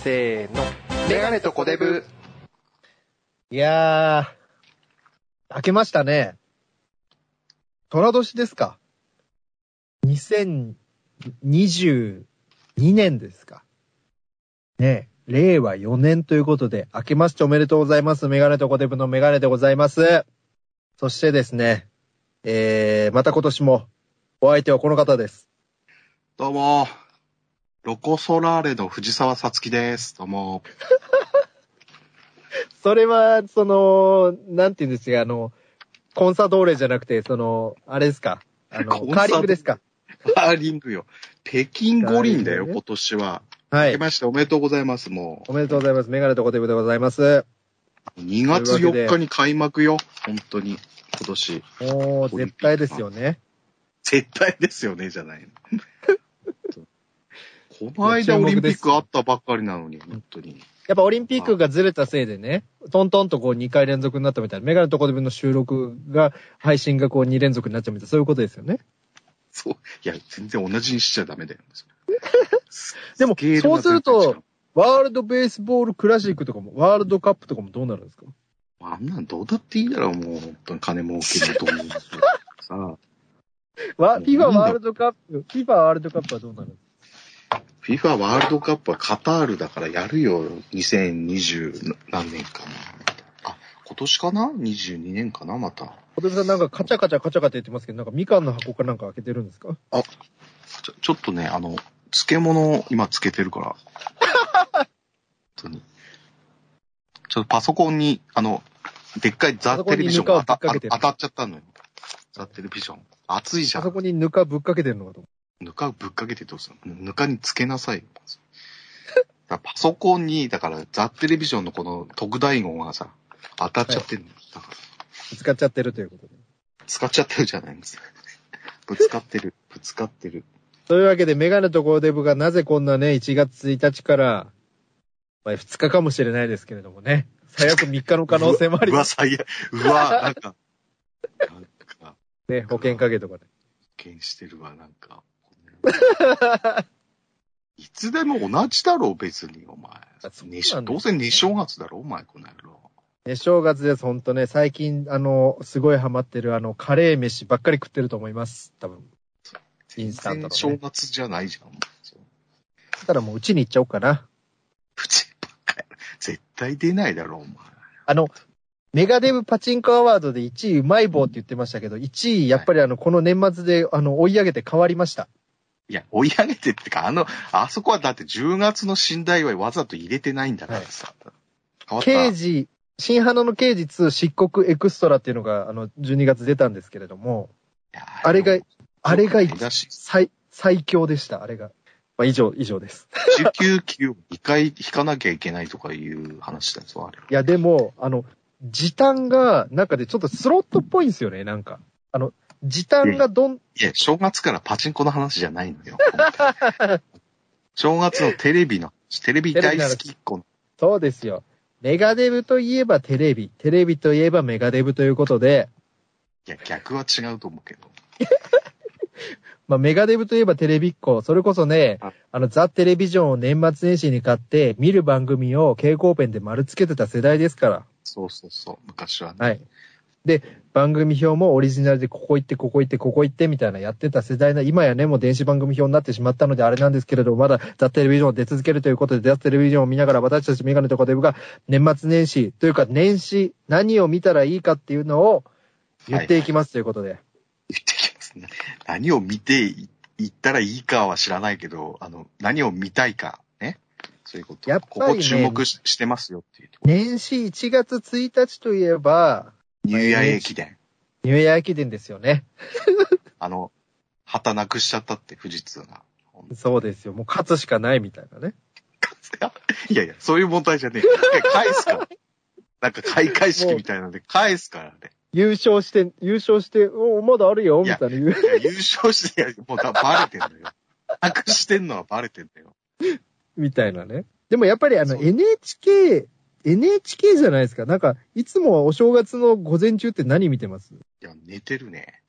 せーの。メガネとコデブ。 いやー、明けましたね。寅年ですか。2022年ですか。ねえ、令和4年ということで、明けましておめでとうございます。メガネとコデブのメガネでございます。そしてですね、また今年もお相手はこの方です。 どうも、ロコソラーレの藤沢さつきです。どうも。 それは、なんて言うんですか、コンサドーレじゃなくて、あれですか、カーリングですか。 カーリングよ。北京五輪だよ、 ね、 今年は。 はい。 明けましておめでとうございます、もう。おめでとうございます。メガネとコデブでございます。 2月4日に開幕よ、本当に、今年。 もう、絶対ですよね。 絶対ですよね、じゃないの。この間オリンピックあったばっかりなのに、本当に。 やっぱオリンピックがずれたせいでね、トントンとこう2回連続になったみたいな、メガネとコデブの収録が、配信がこう2連続になっちゃうみたいな、そういうことですよね。 そう。いや、全然同じにしちゃダメだよ。 でも、そうすると、ワールドベースボールクラシックとかも、ワールドカップとかもどうなるんですか？ あんなんどうだっていいだろう、もう、本当に金儲けると思うんですよ。さあ。 FIFA ワールドカップ、FIFA ワールドカップはどうなるんですか ？FIFA ワールドカップはカタールだからやるよ。2020何年かな。あ、今年かな ?22 年かなまた。 コデブさんなんかカチャカチャカチャカチャ言ってますけど、なんかみかんの箱かなんか開けてるんですか？ あ、ちょっとね、漬物を今漬けてるから。本当に。ちょっとパソコンに、でっかいザ・テレビジョンが当たっちゃったのよ。ザ・テレビジョン。熱いじゃん。 あそこにぬかぶっかけてるのかと思う。 ぬかぶっかけてどうするの？ぬかにつけなさいよ。パソコンに、だからザ・テレビジョンのこの特大号がさ、当たっちゃってるの、はい、だから。 使っちゃってるということで。使っちゃってるじゃないんです。ぶつかってる。 というわけで、メガネとコデブがなぜこんなね、1月1日から、まあ、2日かもしれないですけれどもね。最悪3日の可能性もあります。 最悪。なんか。 ね、保険かけとかね。 保険してるわ、なんか。いつでも同じだろう、別に、お前。どうせ寝正月だろ、お前、この野郎。 寝正月です、ほんとね。最近、すごいハマってる、カレー飯ばっかり食ってると思います。多分。インスタントの、ね。 正月じゃないじゃん。 そしたらもううちに行っちゃおうかな。 うちばっかり。絶対出ないだろ、お前。 メガデブパチンコアワードで1位うまい棒って言ってましたけど、1位やっぱりこの年末で追い上げて変わりました。 いや、追い上げてってか、あそこはだって10月の新題はわざと入れてないんだからさ。 はい、刑事、新花の刑事2漆黒エクストラっていうのが12月出たんですけれども、あれが最強でした、あれが。まあ、以上です。 19級を2回引かなきゃいけないとかいう話だぞ、あれ。 いや、でも、時短が、なんかでちょっとスロットっぽいんですよね、なんか。時短がいや、正月からパチンコの話じゃないのよ。正月のテレビ大好きっ子の。 そうですよ。メガデブといえばテレビといえばメガデブということで。 いや、逆は違うと思うけど。 まあ、メガデブといえばテレビっ子。それこそね、ザ・テレビジョンを年末年始に買って、見る番組を蛍光ペンで丸つけてた世代ですから。 そう。昔はね。 はい。で、番組表もオリジナルでここ行ってみたいなやってた世代な、今やね、もう電子番組表になってしまったのであれなんですけれども、まだザ・テレビジョンを出続けるということで、ザ・テレビジョンを見ながら私たちメガネとコデブが年末年始というか年始何を見たらいいかっていうのを言っていきますということで。 言ってきますね。何を見ていったらいいかは知らないけど、何を見たいかね。そういうこと。 やっぱりね、 ここ注目してますよっていう。 年始1月1日といえば、 ニューイヤー駅伝。 ニューイヤー駅伝ですよね。 旗なくしちゃったって富士通が。 そうですよ。もう勝つしかないみたいなね。 いや、そういう問題じゃねえ。返すから。なんか開会式みたいなので返すからね。 優勝して、まだあるよ、みたいな。 優勝して、もうバレてんのよ。なくしてんのはバレてんだよ。 みたいなね。でもやっぱりNHK じゃないですか。なんか、いつもお正月の午前中って何見てます？いや、寝てるね。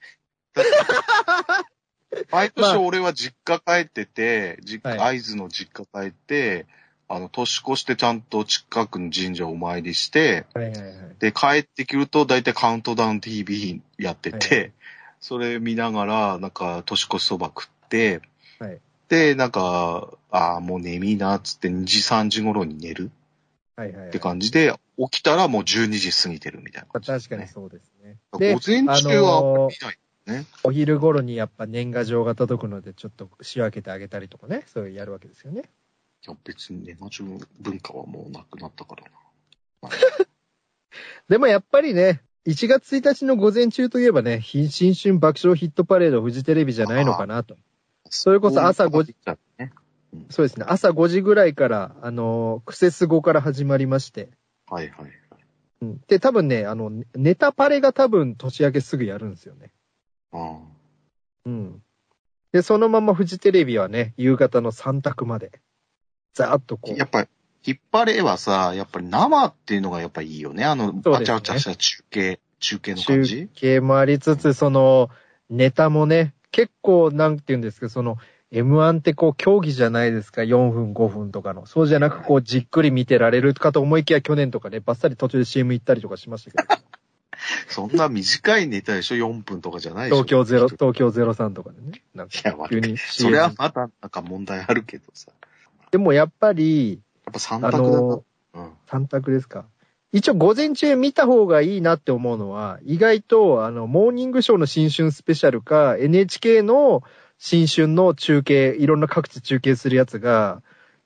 毎年俺は実家帰ってて、会津の実家帰って、 年越してちゃんと近くの神社をお参りして、 はいはいはい。 で、帰ってくると大体カウントダウン TV やってて、はいはい、それ見ながら、なんか年越しそば食って、はい、で、なんか、もう眠いなっつって2時3時頃に寝る。はいはいはい。って感じで、起きたらもう12時過ぎてるみたいな感じ、ね。 確かにそうですね。 で、午前中は見ないね。 お昼頃にやっぱ年賀状が届くので、ちょっと仕分けてあげたりとかね、そういうやるわけですよね。 いや、別に年賀状文化はもうなくなったからな。 でもやっぱりね、1月1日の午前中といえばね、新春爆笑ヒットパレードフジテレビじゃないのかなと。それこそ朝5時、ね、そうですね、朝5時ぐらいから、クセスゴから始まりまして。 はいはいはい。 うん、で、多分ね、ネタパレが多分年明けすぐやるんですよね。うん。で、そのままフジテレビはね、夕方の3択まで、ざーっとこう。 やっぱり、ヒッパレはさ、やっぱり生っていうのがやっぱりいいよね。バチャバチャした中継の感じ。 中継もありつつ、ネタもね、結構、なんて言うんですか、M1 ってこう、競技じゃないですか、4分、5分とかの。そうじゃなく、こう、じっくり見てられるかと思いきや、去年とかね、バッサリ途中で CM 行ったりとかしましたけど。 そんな短いネタでしょ ?4 分とかじゃないでしょ東京03とかでね。なんか急に CM。それはまだなんか問題あるけどさ。 でもやっぱり、 やっぱ3択だな。 3択ですか。一応午前中見た方がいいなって思うのは、意外と、モーニングショーの新春スペシャルか、NHK の新春の中継、いろんな各地中継するやつが、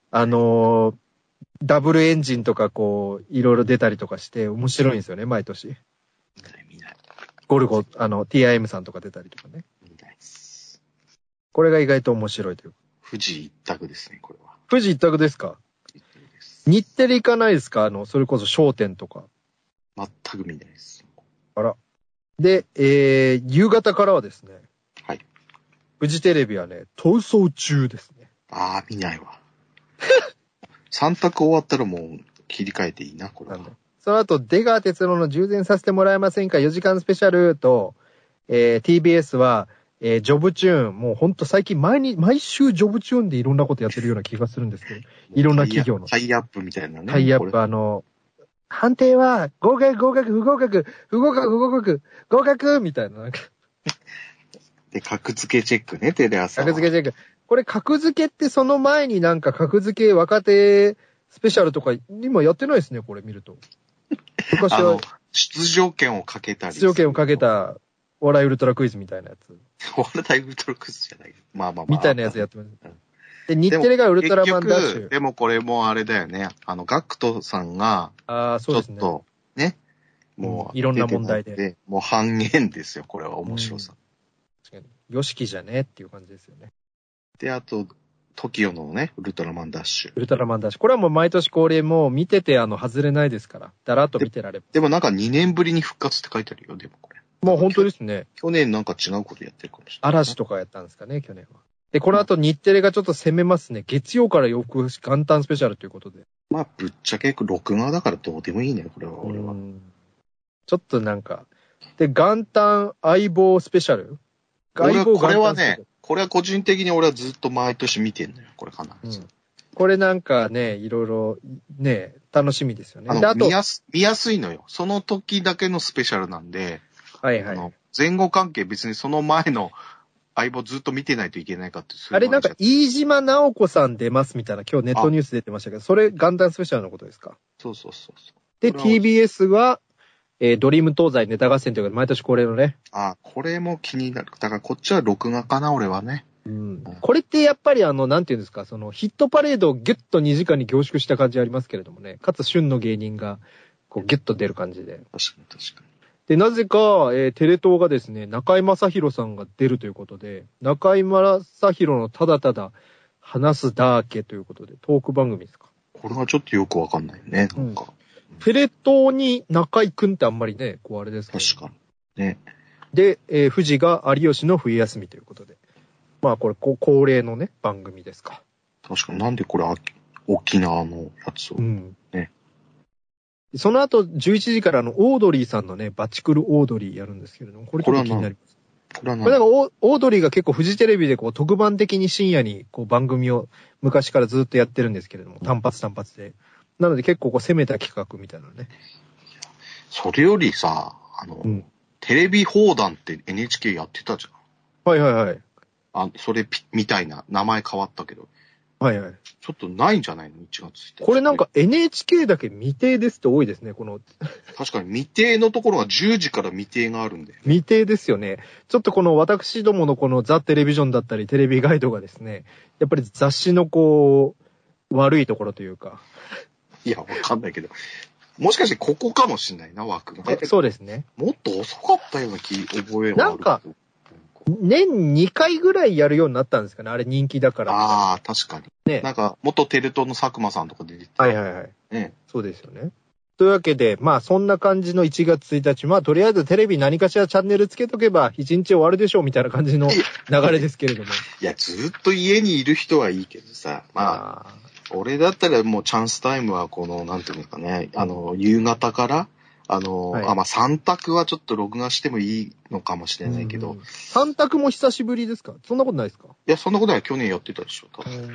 ダブルエンジンとかこう、いろいろ出たりとかして面白いんですよね、毎年。見ない。ゴルゴ、TIM さんとか出たりとかね。見ないっす。これが意外と面白いという。 富士一択ですね、これは。 富士一択ですか？日テレ行かないですか？それこそ商店とか。 全く見ないです。 あら。で、夕方からはですね。 はい。 フジテレビはね、逃走中ですね。 見ないわ。3択終わったらもう切り替えていいな、これは。 その後、出川哲朗の充電させてもらえませんか4時間スペシャルと、TBS は、ジョブチューン、もうほんと最近毎週ジョブチューンでいろんなことやってるような気がするんですけど、いろんな企業の。 タイアップみたいなね。 タイアップ、判定は、合格、不合格みたいな。なんかで、格付けチェックね、テレ朝は。 格付けチェック。これ格付けってその前になんか格付け若手スペシャルとか今やってないですね、これ見ると。 昔は。出場権をかけたり。 出場権をかけた、お笑いウルトラクイズみたいなやつ。 お笑いウルトラクイズじゃない。まあ。 みたいなやつやってます。で、日テレがウルトラマンダッシュ。 でもこれもあれだよね。ガクトさんが、 そうですね。 ちょっと、ね。もう、 いろんな問題で。 もう半減ですよ、これは面白さ。 確かに。ヨシキじゃねっていう感じですよね。 で、あと、TOKIO のね、ウルトラマンダッシュ。 ウルトラマンダッシュ。これはもう毎年恒例もう見てて外れないですから。だらっと見てられば。 でもなんか2年ぶりに復活って書いてあるよ、でもこれ。 もう本当ですね。 去年なんか違うことやってるかもしれない。 嵐とかやったんですかね、去年は。で、この後日テレがちょっと攻めますね。月曜から洋服元旦スペシャルということで。 まあ、ぶっちゃけ録画だからどうでもいいね、これは、俺は。 ちょっとなんか。で、元旦相棒スペシャル？ これはね、これは個人的に俺はずっと毎年見てんのよ、これ必ず。 これなんかね、いろいろね、楽しみですよね。で、あと見やすいのよ。その時だけのスペシャルなんで。 はいはい。 前後関係別にその前の相棒ずっと見てないといけないかって。 あれなんか、飯島直子さん出ますみたいな、今日ネットニュース出てましたけど、それ元旦スペシャルのことですか？ そう。 で、TBS は、ドリーム東西ネタ合戦というか、毎年恒例のね。 これも気になる。だからこっちは録画かな、俺はね。 これってやっぱりなんていうんですか、ヒットパレードをギュッと2時間に凝縮した感じありますけれどもね。かつ旬の芸人が、こうギュッと出る感じで。 確かに。 で、なぜか、テレ東がですね、中居正広さんが出るということで、中居正広のただただ話すだけということで、トーク番組ですか。 これはちょっとよくわかんないね、なんか。 テレ東に中居くんってあんまりね、こうあれですけど。 確かに。ね。 で、富士が有吉の冬休みということで。まあこれ、恒例のね、番組ですか。 確かになんでこれ、沖縄のやつを。ね。 その後、11時からオードリーさんのね、バチクルオードリーやるんですけれども、これちょっと気になります。 これはこれなんかオードリーが結構フジテレビでこう特番的に深夜にこう番組を昔からずっとやってるんですけれども、単発で。なので結構こう攻めた企画みたいなね。 それよりさ、テレビ放談って NHK やってたじゃん。 はいはいはい。 それみたいな、名前変わったけど。 はいはい。 ちょっとないんじゃないの ?1 月1日。 これなんか NHK だけ未定ですって多いですね、この。 確かに未定のところが10時から未定があるんで。 未定ですよね。ちょっとこの私どものこのザ・テレビジョンだったりテレビガイドがですね、やっぱり雑誌のこう、悪いところというか。 いや、わかんないけど。もしかしてここかもしんないな、枠が。 そうですね。 もっと遅かったような覚えがある。 なんか、年2回ぐらいやるようになったんですかね、あれ人気だから。 ああ、確かに。 ね。 なんか、元テレ東の佐久間さんとか出てた。 はいはいはい。 ね。 そうですよね。というわけで、まあそんな感じの1月1日、まあとりあえずテレビ何かしらチャンネルつけとけば1日終わるでしょうみたいな感じの流れですけれども。 いや、ずっと家にいる人はいいけどさ、まあ、俺だったらもうチャンスタイムはこの、なんていうのかね、夕方から、はい、まあ、3択はちょっと録画してもいいのかもしれないけど。 3択も久しぶりですか？そんなことないですか？ いや、そんなことない。去年やってたでしょ、多分。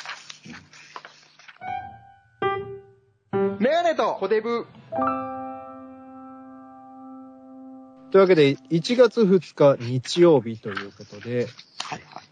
メガネとコデブ。 というわけで、1月2日日曜日ということで、 はいはい。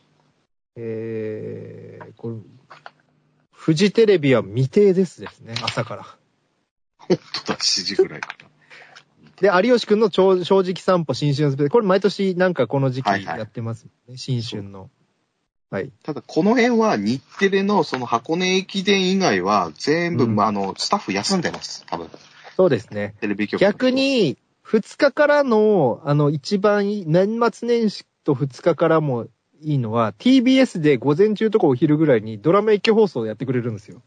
これ、フジテレビは未定ですね、朝から。 本当だ、7時ぐらいから。 で、有吉くんの正直散歩新春スペシャル。これ毎年なんかこの時期やってますね、はいはい、新春の。はい。 ただ、この辺は日テレのその箱根駅伝以外は全部、スタッフ休んでます、多分。 そうですね。 テレビ局。 逆に、2日からの、一番いい、年末年始と2日からもいいのは、TBS で午前中とかお昼ぐらいにドラマ一挙放送やってくれるんですよ。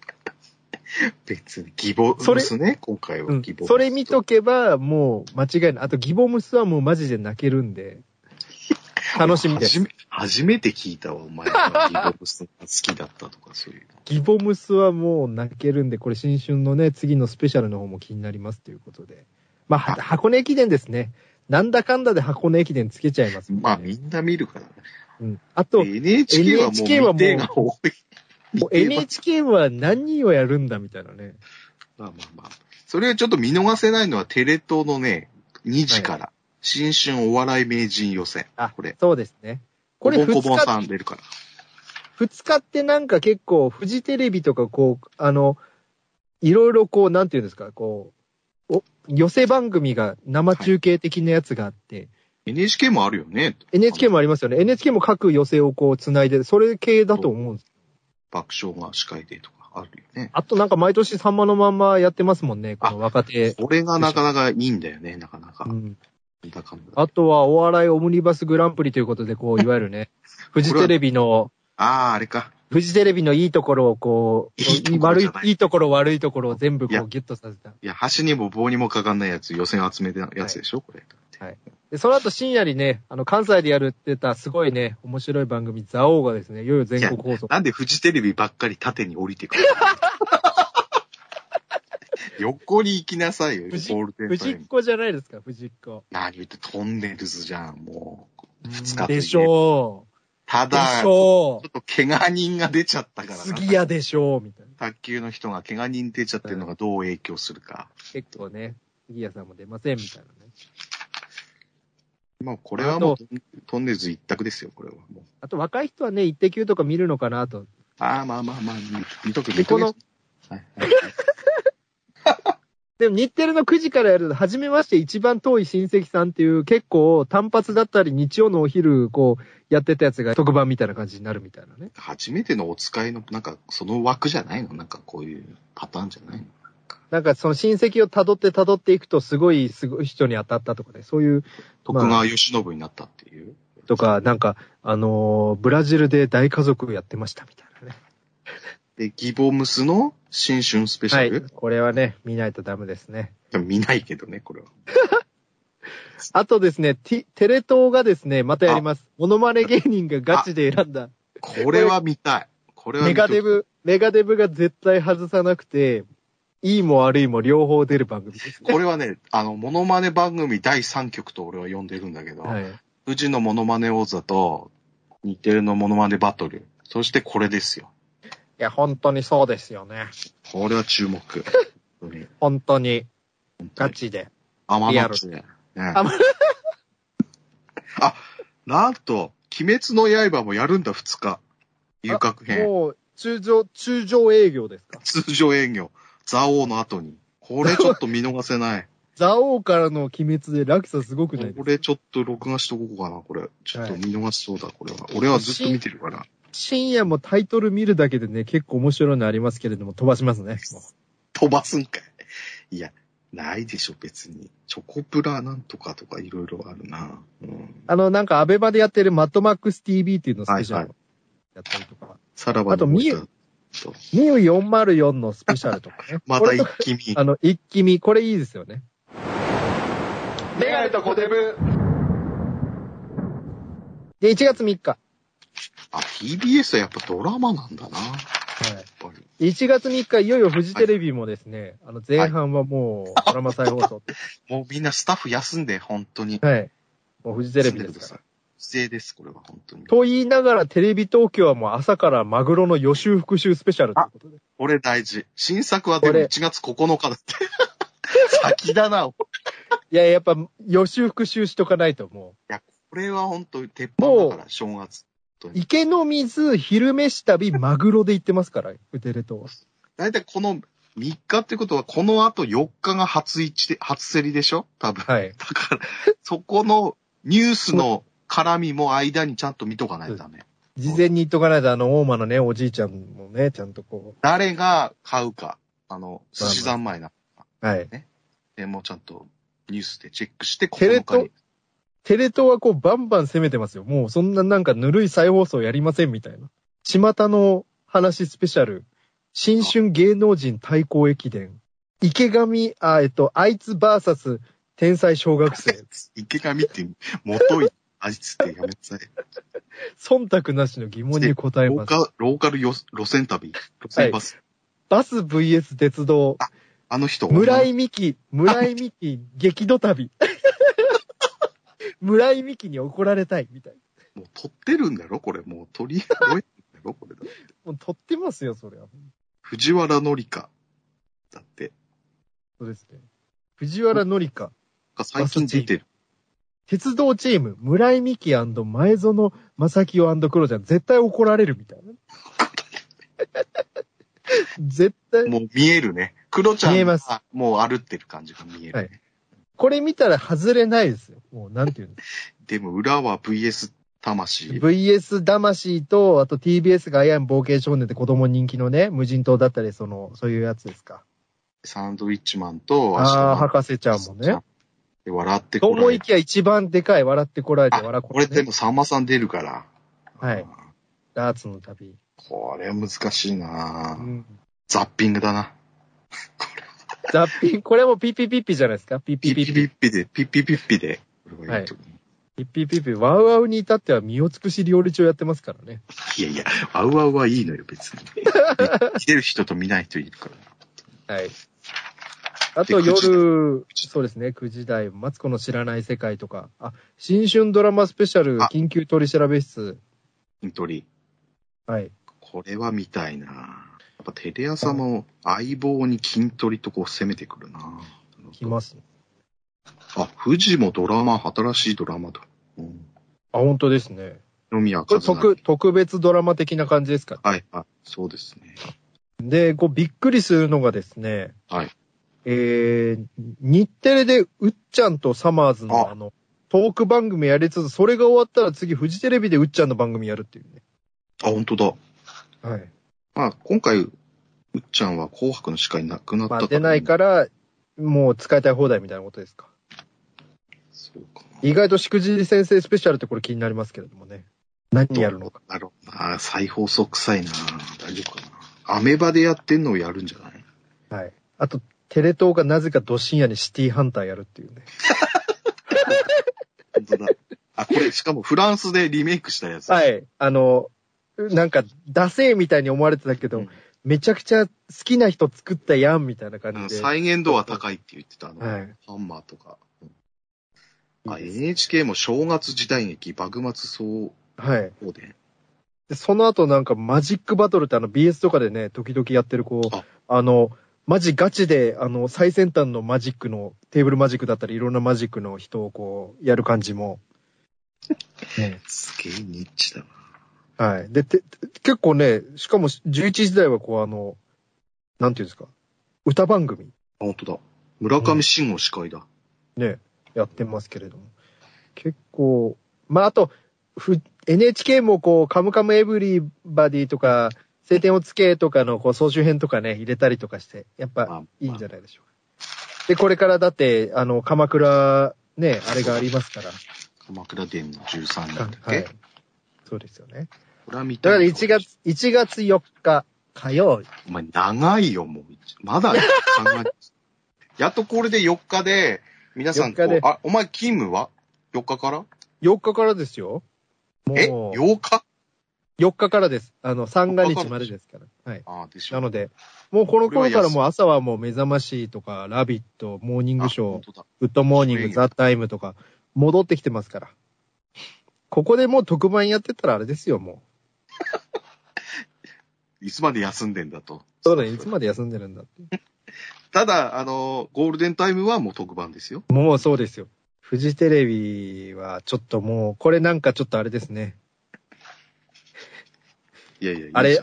別に、ギボムスね、今回はギボムス。 それ見とけば、もう間違いない。あと、ギボムスはもうマジで泣けるんで、楽しみです。 初めて聞いたわ、お前がギボムスが好きだったとか、そういうの。 ギボムスはもう泣けるんで、これ新春のね、次のスペシャルの方も気になりますということで。まあ、箱根駅伝ですね。なんだかんだで箱根駅伝つけちゃいます、ね。 まあ、みんな見るからね。 うん。あと、 NHK はもう見てが多い。 NHK は何をやるんだみたいなね。 まあ。それをちょっと見逃せないのはテレ東のね、2時から、はい、新春お笑い名人予選。これ。 そうですね。これ2日。 コボンさん出るから。 2日ってなんか結構、フジテレビとかこう、いろいろこう、なんていうんですか、こう、寄せ番組が生中継的なやつがあって。はい、 NHK もあるよね。 NHK もありますよね。NHK も各寄せをこう繋いで、それ系だと思うんです。 爆笑が司会でとかあるよね。 あとなんか毎年さんまのまんまやってますもんね、この若手。 これがなかなかいいんだよね、なかなか。うん、 あとはお笑いオムニバスグランプリということで、こう、いわゆるね、フジテレビの、 あれか。 フジテレビのいいところをこう、いいところ悪いところを全部こうギュッとさせた。 いや、箸にも棒にもかかんないやつ、予選集めたやつでしょ、これ。 はい。で、その後深夜にね、関西でやるってたすごいね、面白い番組、ザオーがですね、いよいよ全国放送。 なんでフジテレビばっかり縦に降りてくる横に行きなさいよ、ゴールデンタイム。 藤子じゃないですか、藤子。 何言って、トンネルズじゃん、もう。2日でしょう。 ただ、ちょっと怪我人が出ちゃったからな。 杉谷でしょう、みたいな。 卓球の人が怪我人出ちゃってるのがどう影響するか。 結構ね、杉谷さんも出ません、みたいなね。 まあ、これはもう、トンネルズ一択ですよ、これはもう。 あと、若い人はね、イッテ Q とか見るのかなと。 まあ、見とく。 で、この、はいでも日テレの9時からやると、初めまして一番遠い親戚さんっていう結構単発だったり日曜のお昼こうやってたやつが特番みたいな感じになるみたいなね。 初めてのお使いのなんかその枠じゃないの？なんかこういうパターンじゃないの？ なんかその親戚を辿っていくとすごい人に当たったとかね、そういう。 徳川慶喜になったっていう。 とか、なんか、ブラジルで大家族やってましたみたいなね。 で、ギボムスの新春スペシャル、 はい。これはね、見ないとダメですね。 見ないけどね、これは。 あとですね、テレ東がですね、またやります。モノマネ芸人がガチで選んだ。 これは見たい。これはメガデブが絶対外さなくて、 いいも悪いも両方出る番組ですね。 これはね、モノマネ番組第3局と俺は呼んでるんだけど、 はい。 富士のモノマネ王座と、日テレのモノマネバトル、そしてこれですよ。 いや、本当にそうですよね。 これは注目。 本当に。ガチで。 天の血ね。 あ、 なんと、鬼滅の刃もやるんだ、2日。遊郭編。 もう、通常営業ですか？ 通常営業。ザオの後に。これちょっと見逃せない。 ザオからの鬼滅で落差すごくないですか？ これちょっと録画しとこうかな、これ。ちょっと見逃しそうだ、これは。俺はずっと見てるから。 深夜もタイトル見るだけでね、結構面白いのありますけれども、飛ばしますね。 飛ばすんかい。いや、ないでしょ、別に。チョコプラなんとかとかいろいろあるな。うん、 なんかアベマでやってるマッドマックス TV っていうのをスペシャルやったりとか。はいはい、 さらばのあとミュ404のスペシャルとかね。 また一気見。 一気見。これいいですよね。 メガネとコデブ。 で、1月3日。 TBS はやっぱドラマなんだな。はい。 1月3日、いよいよフジテレビもですね、前半はもうドラマ再放送。 もうみんなスタッフ休んで、本当に。 はい。もうフジテレビですから。 不正です、これは本当に。 と言いながらテレビ東京はもう朝からマグロの予習復習スペシャルということで。 これ大事。新作はでも1月9日だって。先だな。 いや、やっぱ予習復習しとかないともう。いや、これは本当に鉄板だから、正月。 池の水、昼飯旅、マグロで行ってますから、フテレ東は。 だいたいこの3日ってことは、この後4日が初競りでしょ多分。 はい。 だから、そこのニュースの絡みも間にちゃんと見とかないとダメ。 事前に言っとかないと、大間のね、おじいちゃんもね、ちゃんとこう。 誰が買うか、寿司三昧な。 はい。 ね。でもうちゃんとニュースでチェックして、9日に。 テレ東はこうバンバン攻めてますよ。もうそんななんかぬるい再放送やりませんみたいな。巷の話スペシャル。新春芸能人対抗駅伝。池上、あいつバーサス天才小学生。 池上ってもとい、あいつってやめなさい。 忖度なしの疑問に答えます。 ローカル路線旅。路線バス。 はい、バス VS 鉄道。 あの人。 村井美樹激怒旅。村井美樹に怒られたい、みたいな。もう撮ってるんだろこれ。もう撮り終えてるんだろこれだって。 もう撮ってますよ、それは。 藤原紀香。だって。 そうですね。藤原紀香。 最近出てる。 鉄道チーム、村井美樹&前園正清&クロちゃん、絶対怒られるみたいな。絶対。 もう見えるね。クロちゃん見えます。 もう歩ってる感じが見える、ね。はい。 これ見たら外れないですよ。もう、なんていうの。 でも裏は VS 魂。 VS 魂と、あと TBS がアイアン冒険少年って子供人気のね、無人島だったり、そういうやつですか。 サンドウィッチマンと、 博士ちゃんもね。 で、笑ってこられて。 と思いきや一番でかい笑ってこられて笑これでもさんまさん出るから。 はい。ダーツの旅。 これは難しいなぁ、ザッピングだな。 ザッピング、これもピッピピッピじゃないですかピッピピッピ。 ピッピッピで。 はい。ピッピピッピ、ワウワウに至っては身を尽くし料理長やってますからね。 いやいや、ワウワウはいいのよ、別に。見てる人と見ない人いるから。 はい。あと夜、そうですね、9時台、マツコの知らない世界とか、新春ドラマスペシャル、緊急取調べ室。 筋トレ。 はい。 これは見たいなぁ。やっぱテレ朝も相棒に筋トレとこう攻めてくるなぁ。 来ますね。 富士もドラマ、新しいドラマと。 本当ですね。 野宮和也。 特別ドラマ的な感じですかね。 はい、そうですね。 で、びっくりするのがですね。 はい。 日テレでうっちゃんとサマーズのトーク番組やりつつ、それが終わったら次フジテレビでうっちゃんの番組やるっていうね。 本当だ。 はい。 今回、うっちゃんは紅白の司会なくなったから、 出ないから、もう使いたい放題みたいなことですか。 そうか。 意外としくじり先生スペシャルってこれ気になりますけれどもね。何やるのか。 だろうな。再放送臭いな。大丈夫かな。アメバでやってんのをやるんじゃない？ はい。あと、テレ東がなぜかド深夜にシティハンターやるっていうね。 本当だ。これ、しかもフランスでリメイクしたやつ。 はい。なんか、ダセーみたいに思われてたけど、 めちゃくちゃ好きな人作ったやんみたいな感じで。 再現度は高いって言ってた、 はい、 ハンマーとか。 いいです。 NHK も正月時代劇、幕末総はい。 おでん。 で、その後なんかマジックバトルって BS とかでね、時々やってるマジガチで最先端のマジックの、テーブルマジックだったりいろんなマジックの人をこう、やる感じも。 ね、すげえニッチだな。 はい。で、結構ね、しかも11時台はこうなんていうんですか、歌番組。 本当だ。村上信五司会だ。 ね、やってますけれども。結構、まあ、あと、NHK もこう、カムカムエブリバディとか、晴天をつけとかのこう総集編とかね、入れたりとかして、やっぱいいんじゃないでしょうか。で、これからだって、鎌倉、ね、あれがありますから。 鎌倉殿の13人だっけ、 はい。そうですよね。 これは見たい。 だから1月4日火曜日。 お前長いよ、もう。まだ考えやっとこれで4日で、皆さんこう、お前勤務は ?4 日から ?4 日からですよ。もう 8日 ?4 日からです。三が日までですから。はい。 ああ、でしょ。 なので、もうこの頃からもう朝はもう目覚ましいとか、ラビット、モーニングショー、グッドモーニング、ザ・タイムとか、戻ってきてますから。ここでもう特番やってたらあれですよ、もう。いつまで休んでんだと。 そうだね、いつまで休んでるんだって。 ただ、ゴールデンタイムはもう特番ですよ。 もうそうですよ。フジテレビはちょっともう、これなんかちょっとあれですね。 いやいや、いいあれ。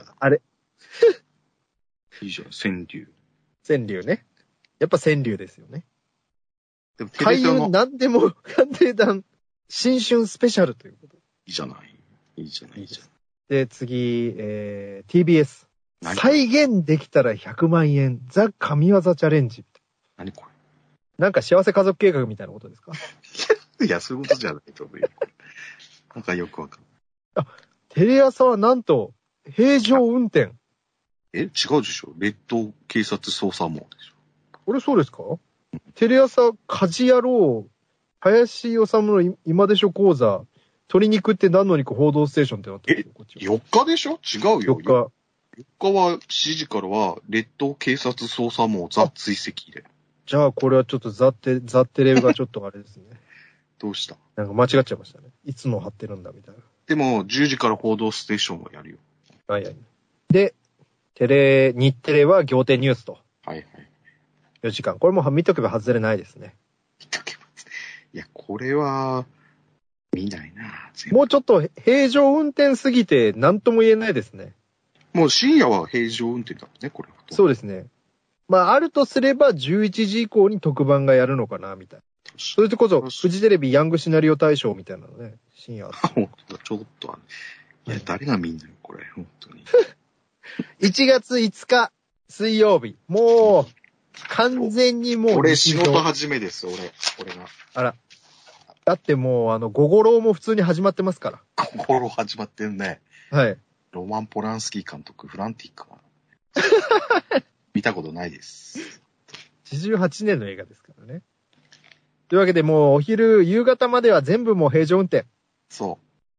いいじゃん、川柳。 川柳ね。やっぱ川柳ですよね。 でも開運なんでも鑑定団新春スペシャルということ。 いいじゃない。いいじゃない。いいじゃん。 で、次、TBS。再現できたら100万円。ザ・神業チャレンジ。 何これ。 なんか幸せ家族計画みたいなことですか？ いや、そういうことじゃないと思うよ。なんかよくわかんない。 テレ朝はなんと、平常運転。 違うでしょ。列島警察捜査網でしょ。 これそうですか？テレ朝家事野郎、林修の今でしょ講座、鶏肉って何の肉報道ステーションってなってるこっち 4日でしょ？違うよ。 4日。 4日は7時からは、列島警察捜査網ザ追跡で。 じゃあこれはちょっとザテレがちょっとあれですね。 どうした？ なんか間違っちゃいましたね。いつの貼ってるんだみたいな。 でも、10時から報道ステーションをやるよ。 はいはい。で、日テレは仰天ニュースと。 はいはい。 4時間。これも見とけば外れないですね。 見とけば。いや、これは、見ないな。 もうちょっと平常運転すぎて何とも言えないですね。 もう深夜は平常運転だもんね、これ。 そうですね。まあ、あるとすれば11時以降に特番がやるのかな、みたいな。それとこそ、フジテレビヤングシナリオ大賞みたいなのね、深夜。 ちょっといや、誰が見んのよ、これ、本当に。 1月5日、水曜日。もう、完全にもう。 俺仕事始めです、俺が。 あら。だってもう、ゴゴロウも普通に始まってますから。 ゴゴロウ始まってるね。 はい。 ロマン・ポランスキー監督、フランティックは。見たことないです。 88年の映画ですからね。というわけでもう夕方までは全部もう平常運転。 そう。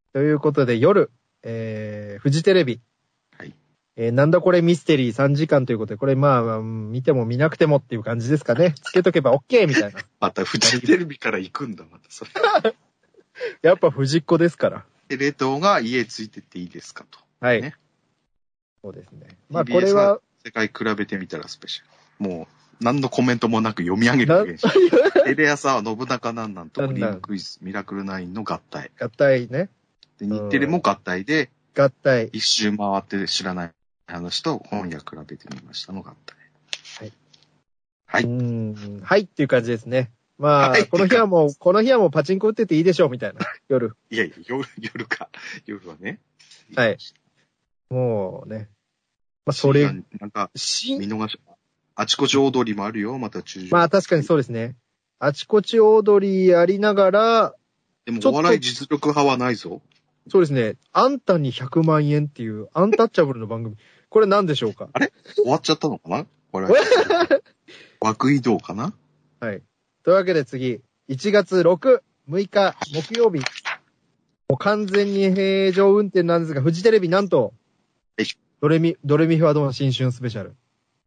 ということで夜、フジテレビ。 はい。 なんだこれミステリー3時間ということで、これまあ、見ても見なくてもっていう感じですかね。つけとけば OK みたいな。 またフジテレビから行くんだ、またそれ。 やっぱ藤子ですから。 テレ東が家ついてっていいですかと。 はい。 ね、 そうですね。まあこれは。 世界比べてみたらスペシャル。もう、何のコメントもなく読み上げる現象。テレ朝は信長なんなんとクリームクイズ、ミラクル9の合体。 合体ね。 で、日テレも合体で、 合体。 一周回って知らない話と本屋比べてみましたの合体。はい。はい。 はいっていう感じですね。まあ、はい、この日はもうパチンコ打ってていいでしょうみたいな。夜。 いやいや、夜か。夜はね。 はい。もうね。まあ、それ。 なんか、見逃し、あちこち踊りもあるよ、また中まあ確かにそうですね。あちこち踊りやりながら、 でもお笑い実力派はないぞ。 そうですね。あんたに100万円っていうアンタッチャブルの番組。これ何でしょうか？ あれ終わっちゃったのかなこれ。枠移動かな？ はい。というわけで次、1月6日木曜日。もう完全に平常運転なんですが、フジテレビなんと、 ドレミファドン新春スペシャル。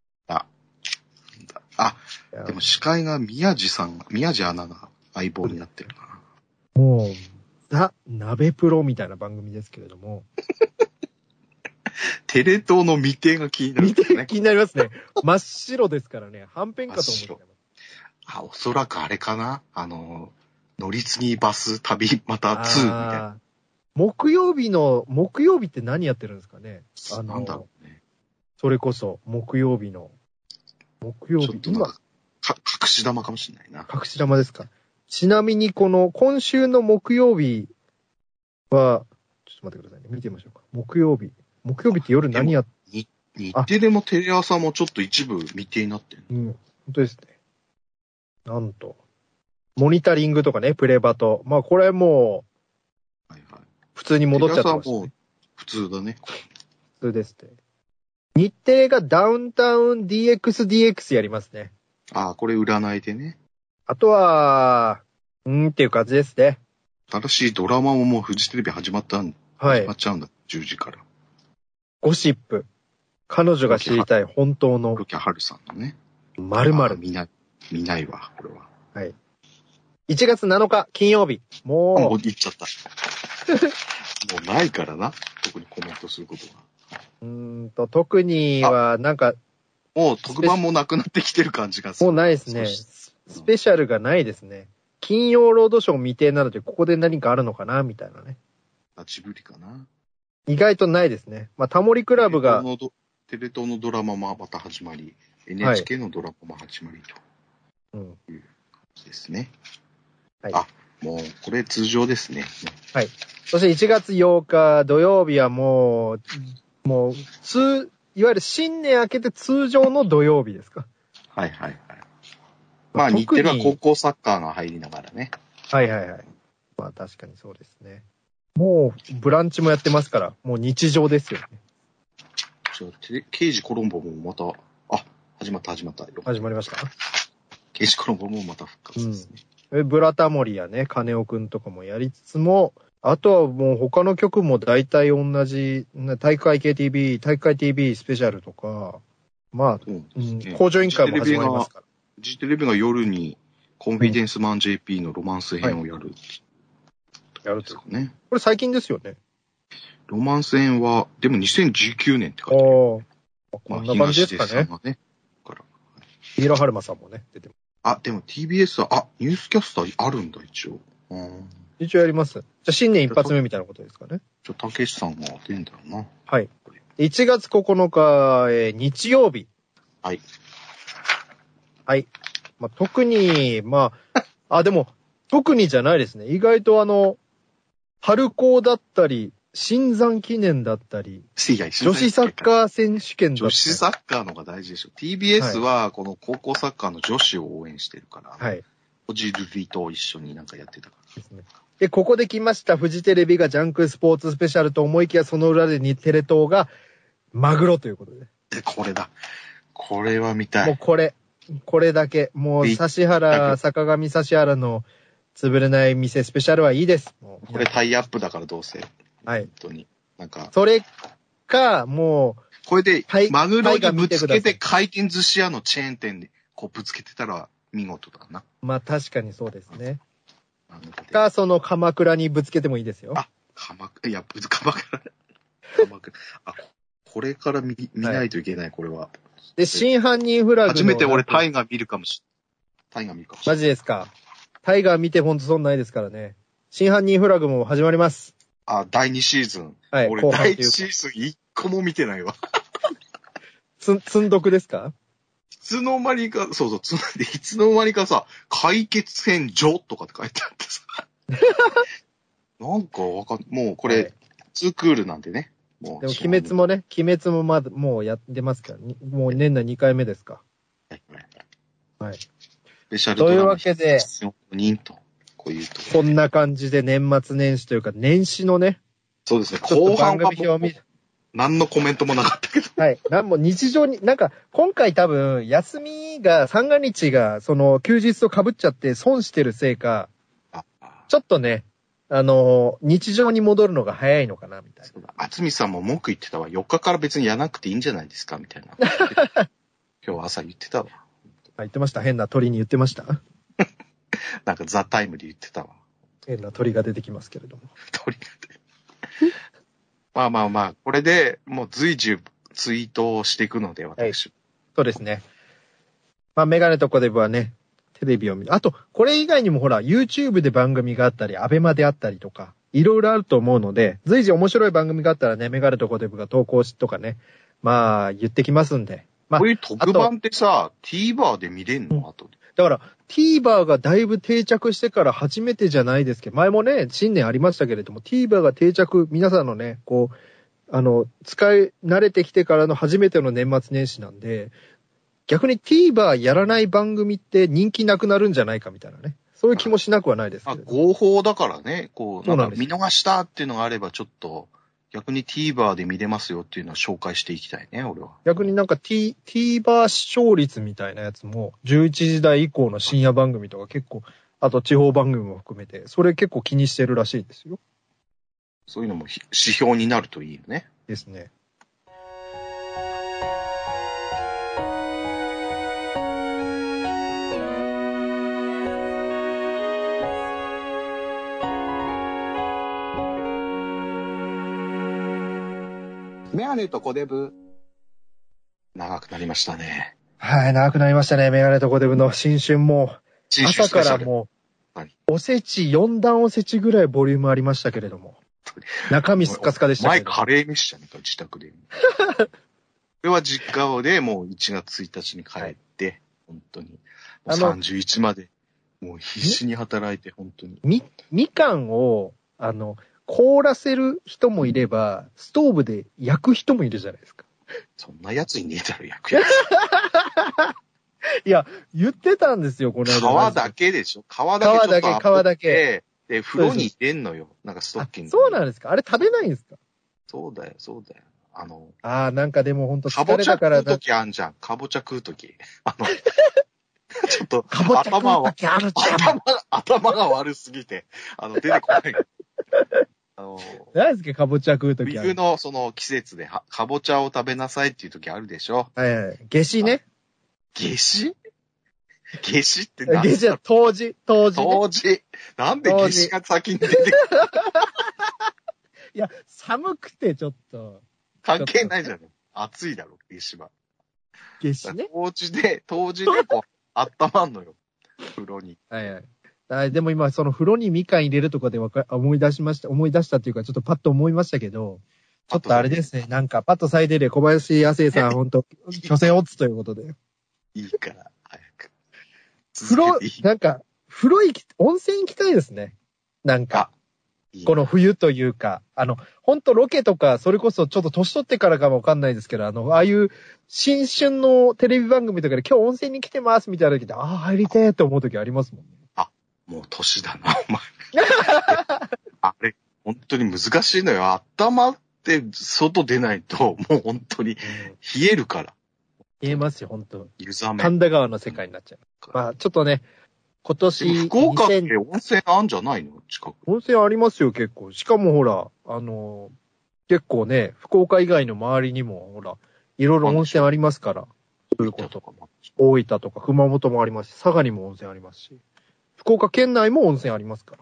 でも司会が宮地アナが相棒になってるな。 もう、ザ・鍋プロみたいな番組ですけれども。 テレ東の未定が気になる、ね。 未定気になりますね。真っ白ですからね。はんぺんかと思ってます。 おそらくあれかな乗り継ぎバス旅また2みたいな。 木曜日って何やってるんですかね。 なんだろうね。 それこそ、木曜日。 ちょっとなんか隠し玉かもしれないな。 隠し玉ですか。ちなみに今週の木曜日は、ちょっと待ってくださいね。見てみましょうか。木曜日って夜何やっ日テレもテレ朝もちょっと一部未定になってる。 本当ですね。なんと。モニタリングとかね、プレバト。まあこれもう、普通に戻っちゃってました、ね。 もう普通だね。 普通ですね。日テレがダウンタウン DX やりますね。 これ占いでね。 あとは、っていう感じですね。 新しいドラマももうフジテレビ始まっちゃうんだ。10時から。 ゴシップ。彼女が知りたい本当の。 黒木春さんのね。 〇〇。 見ないわ、これは。 はい。1月7日、金曜日。もう言っちゃった。もうないからな。特にコメントすることは。 特には、なんか、 もう特番もなくなってきてる感じがする。 もうないですね。スペシャルがないですね。金曜ロードショー未定なので、ここで何かあるのかなみたいなね。 立ちぶりかな。 意外とないですね。まあ、タモリクラブが。 テレ東のドラマもまた始まり、NHK のドラマも始まりと。いう感じですね。はい。もう、これ通常ですね。 はい。そして1月8日土曜日はもう、いわゆる新年明けて通常の土曜日ですか。 はい。まあ、日テレは高校サッカーが入りながらね。 はい。まあ、確かにそうですね。もう、ブランチもやってますから、もう日常ですよね。 刑事コロンボもまた、始まった。 始まりました。 刑事コロンボもまた復活ですね。 ブラタモリやね、金尾くんとかもやりつつも、あとはもう他の曲も大体同じ、体育会 TV スペシャルとか、まあ、向上委員会も始まりますから。 フジテレビが夜にコンフィデンスマン JP のロマンス編をやる。 やるんですかね。これ最近ですよね。 ロマンス編は、でも2019年って書いてある。 こんな感じですかね。三浦春馬さんもね、出てます。 でも TBS は、ニュースキャスターあるんだ、一応。 一応やります。じゃあ新年一発目みたいなことですかね。 たけしさんが出るんだろうな。 はい。1月9日、日曜日。 はい。 まあ、特に、でも、特にじゃないですね。意外と春高だったり、新山記念だったり、女子サッカー選手権だったり。 女子サッカーのが大事でしょ。TBS はこの高校サッカーの女子を応援してるから。 はい。 おじるりと一緒になんかやってたから。 ですね。で、ここで来ましたフジテレビがジャンクスポーツスペシャルと思いきや、その裏でテレ東がマグロということで。 これだ。これは見たい。 もうこれだけ。もう坂上指原の潰れない店スペシャルはいいです。 これタイアップだからどうせ。 はい。 本当に。なんか。 それか、もう。 これで、マグロにぶつけて回転寿司屋のチェーン店でぶつけてたら見事だな。 まあ確かにそうですね。か、鎌倉にぶつけてもいいですよ。 鎌倉。これから見ないといけない、これは。 で、真犯人フラグの。 初めて俺タイガー見るかもしれない。 マジですか。タイガー見てほんと損ないですからね。真犯人フラグも始まります。 第2シーズン。 はい。 俺第1シーズン1個も見てないわ。 積んどくですか？ いつの間にかさ、解決編ジとかって書いてあってさ。なんかもうこれ、2クールなんでね。 でも鬼滅もまだ、もうやってますから、もう年内2回目ですか。はい。スペシャルドラマというわけで、こんな感じで年末年始というか、年始のね。 そうですね。後半は何のコメントもなかったけど。 はい。日常に、今回多分、休みが、三が日が、休日と被っちゃって損してるせいか、ちょっとね、 日常に戻るのが早いのかな、みたいな。 そうだ。厚みさんも文句言ってたわ。4日から別にやらなくていいんじゃないですかみたいな。今日朝言ってたわ。 言ってました。変な鳥に言ってました。 なんかザ・タイムで言ってたわ。 変な鳥が出てきますけれども。 鳥が出て。まあまあまあ、これでもう随時ツイートをしていくので、私。はい、 そうですね。まあ、メガネとコデブはね、テレビを見る。あと、これ以外にもほら、YouTube で番組があったり、アベマであったりとか、いろいろあると思うので、随時面白い番組があったらね、メガネとコデブが投稿しとかね、まあ、言ってきますんで。まあ、 こういう特番ってさ、TVer で見れんの後で。 だから、TVer がだいぶ定着してから初めてじゃないですけど、前もね、新年ありましたけれども、TVer が定着、皆さんのね、こう、使い慣れてきてからの初めての年末年始なんで、逆に TVer やらない番組って人気なくなるんじゃないかみたいなね。そういう気もしなくはないですけど。 合法だからね、こう、なんか見逃したっていうのがあればちょっと、逆に TVer で見れますよっていうのを紹介していきたいね、俺は。 逆になんか TVer 視聴率みたいなやつも、11時台以降の深夜番組とか結構、あと地方番組も含めて、それ結構気にしてるらしいですよ。 そういうのも指標になるといいよね。 ですね。 メガネとコデブ。長くなりましたね。 はい、長くなりましたね。メガネとコデブの新春も、朝からもう、おせち、4段おせちぐらいボリュームありましたけれども。中身スッカスカでしたけど。 前カレー飯じゃねえか、自宅で。これは実家でもう1月1日に帰って、はい、本当に。31まで、もう必死に働いて、本当に。 みかんを、凍らせる人もいれば、ストーブで焼く人もいるじゃないですか。 そんなやついねえだろ、焼くやつ。 いや、言ってたんですよ、この間。 皮だけでしょ？皮だけ。 で、風呂に入れんのよ。なんかストッキング。 そうなんですか？あれ食べないんですか？ そうだよ。 なんかでもほんと疲れたから。 かぼちゃ食うときあんじゃん。かぼちゃ食うとき。ちょっと、 かぼちゃ食うときあるじゃん。 頭が悪すぎて、出てこない。 何ですか、かぼちゃ食うときある。 冬のその季節でかぼちゃを食べなさいっていうときあるでしょ？ はいはい。夏至ね。 夏至って何？ 夏至は冬至。 なんで夏至が先に出てくる？ いや、寒くてちょっと。 関係ないじゃん。暑いだろ、夏至は。 夏至ね。 冬至でこう、温まんのよ。風呂に。 はいはい。でも今、その風呂にみかん入れるとかで思い出したっていうか、ちょっとパッと思いましたけど、ちょっとあれですね、なんかパッと咲いてる小林亜生さん、ほんと、巨船オッツということで。 いいから、早く。 温泉行きたいですね。なんか。 いいこの冬というか、ほんとロケとか、それこそちょっと年取ってからかもわかんないですけど、ああいう新春のテレビ番組とかで今日温泉に来てますみたいな時で、入りてーって思う時ありますもんね。 もう年だな、お前。あれ、本当に難しいのよ。温まって外出ないと、もう本当に冷えるから。 冷えますよ、本当。 湯冷め。 神田川の世界になっちゃう。まあ、ちょっとね、今年。 福岡って温泉あんじゃないの？近く。 温泉ありますよ、結構。しかもほら、結構ね、福岡以外の周りにも、ほら、いろいろ温泉ありますから。そういうことか。大分とか熊本もありますし、佐賀にも温泉ありますし、福岡県内も温泉ありますから。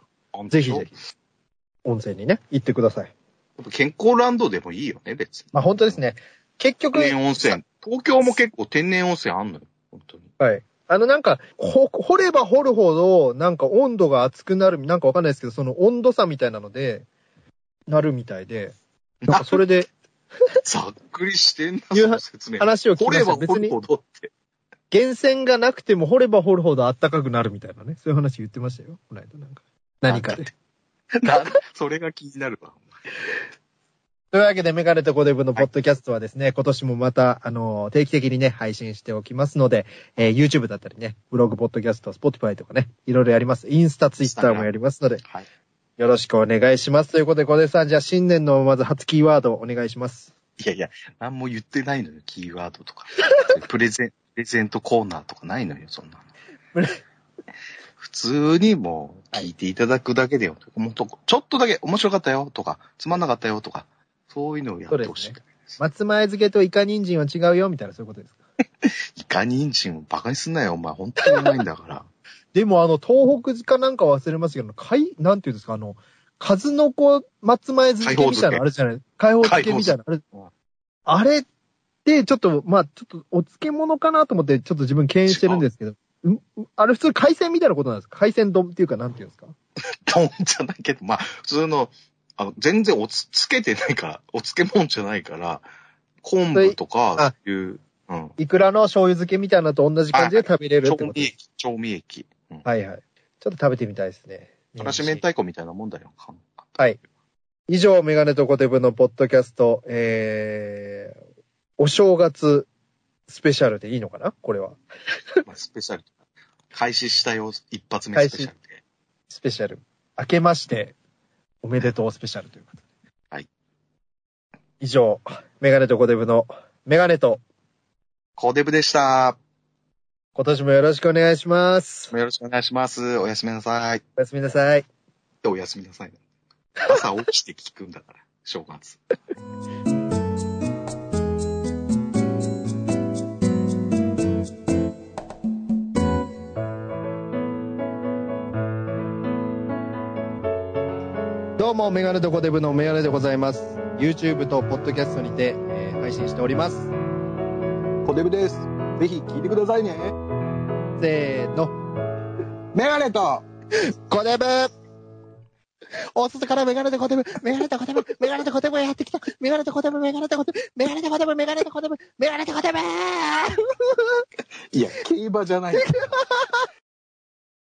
ぜひぜひ、温泉にね、行ってください。 健康ランドでもいいよね、別に。 まあ本当ですね。結局。 天然温泉。東京も結構天然温泉あんのよ、本当に。 はい。なんか、掘れば掘るほど、なんか温度が熱くなる、なんかわかんないですけど、その温度差みたいなので、なるみたいで、なんかそれで、 ざっくりしてんな、その説明。 話を聞きました。 掘れば掘るほどって。 源泉がなくても掘れば掘るほど暖かくなるみたいなね。そういう話言ってましたよ。この間なんか。何かで。 それが気になるわ。 というわけで、メガネとコデブのポッドキャストはですね、今年もまた、定期的にね、配信しておきますので、YouTube だったりね、ブログ、ポッドキャスト、Spotify とかね、いろいろやります。インスタ、Twitter もやりますので、はい、よろしくお願いします。ということで、コデさん、じゃあ新年のまず初キーワードお願いします。 いや、何も言ってないのよ、キーワードとか。プレゼントコーナーとかないのよ、そんなの。 普通にもう聞いていただくだけでよ。もっとちょっとだけ面白かったよとか、つまんなかったよとか、そういうのをやってほしい。 松前漬けとイカ人参は違うよみたいなそういうことですか？ イカ人参をバカにすんなよ、お前。本当にうまいんだから。 でも東北かなんか忘れましたけど、なんていうんですか、数の子松前漬けみたいなのあるじゃないですか。海宝漬けみたいなのあれってちょっと、まあちょっとお漬物かなと思ってちょっと自分敬遠してるんですけど、あれ普通海鮮みたいなことなんですか？海鮮丼っていうかなんていうんですか？ 丼じゃないけど、まあ普通の、全然つけてないから、お漬物じゃないから、昆布とか、そういう、うん。 イクラの醤油漬けみたいなのと同じ感じで食べれるってことです。 調味液。 うん、はいはい。ちょっと食べてみたいですね。 からし明太子みたいなもんだよ。 はい。以上、メガネとコテブのポッドキャスト、お正月スペシャルでいいのかなこれは。 まあ、スペシャル。開始したよ、一発目スペシャルで。 スペシャル。明けまして、おめでとうスペシャルということで。 はい。 以上、メガネとコテブのメガネとコデブでした。 今年もよろしくお願いします。 よろしくお願いします。おやすみなさい。 おやすみなさい。 おやすみなさい。朝起きて聞くんだから、正月。 どうも、メガネとコデブのメガネでございます。YouTube とポッドキャストにて、配信しております。 コデブです。ぜひ聞いてくださいね。 せーの。 メガネとコデブ大外からメガネとコデブ、メガネとコデブ、メガネとコデブがやってきた。メガネとコデブ、メガネとコデブ、メガネとコデブ、メガネとコデブ、メガネとコデブいや、競馬じゃない。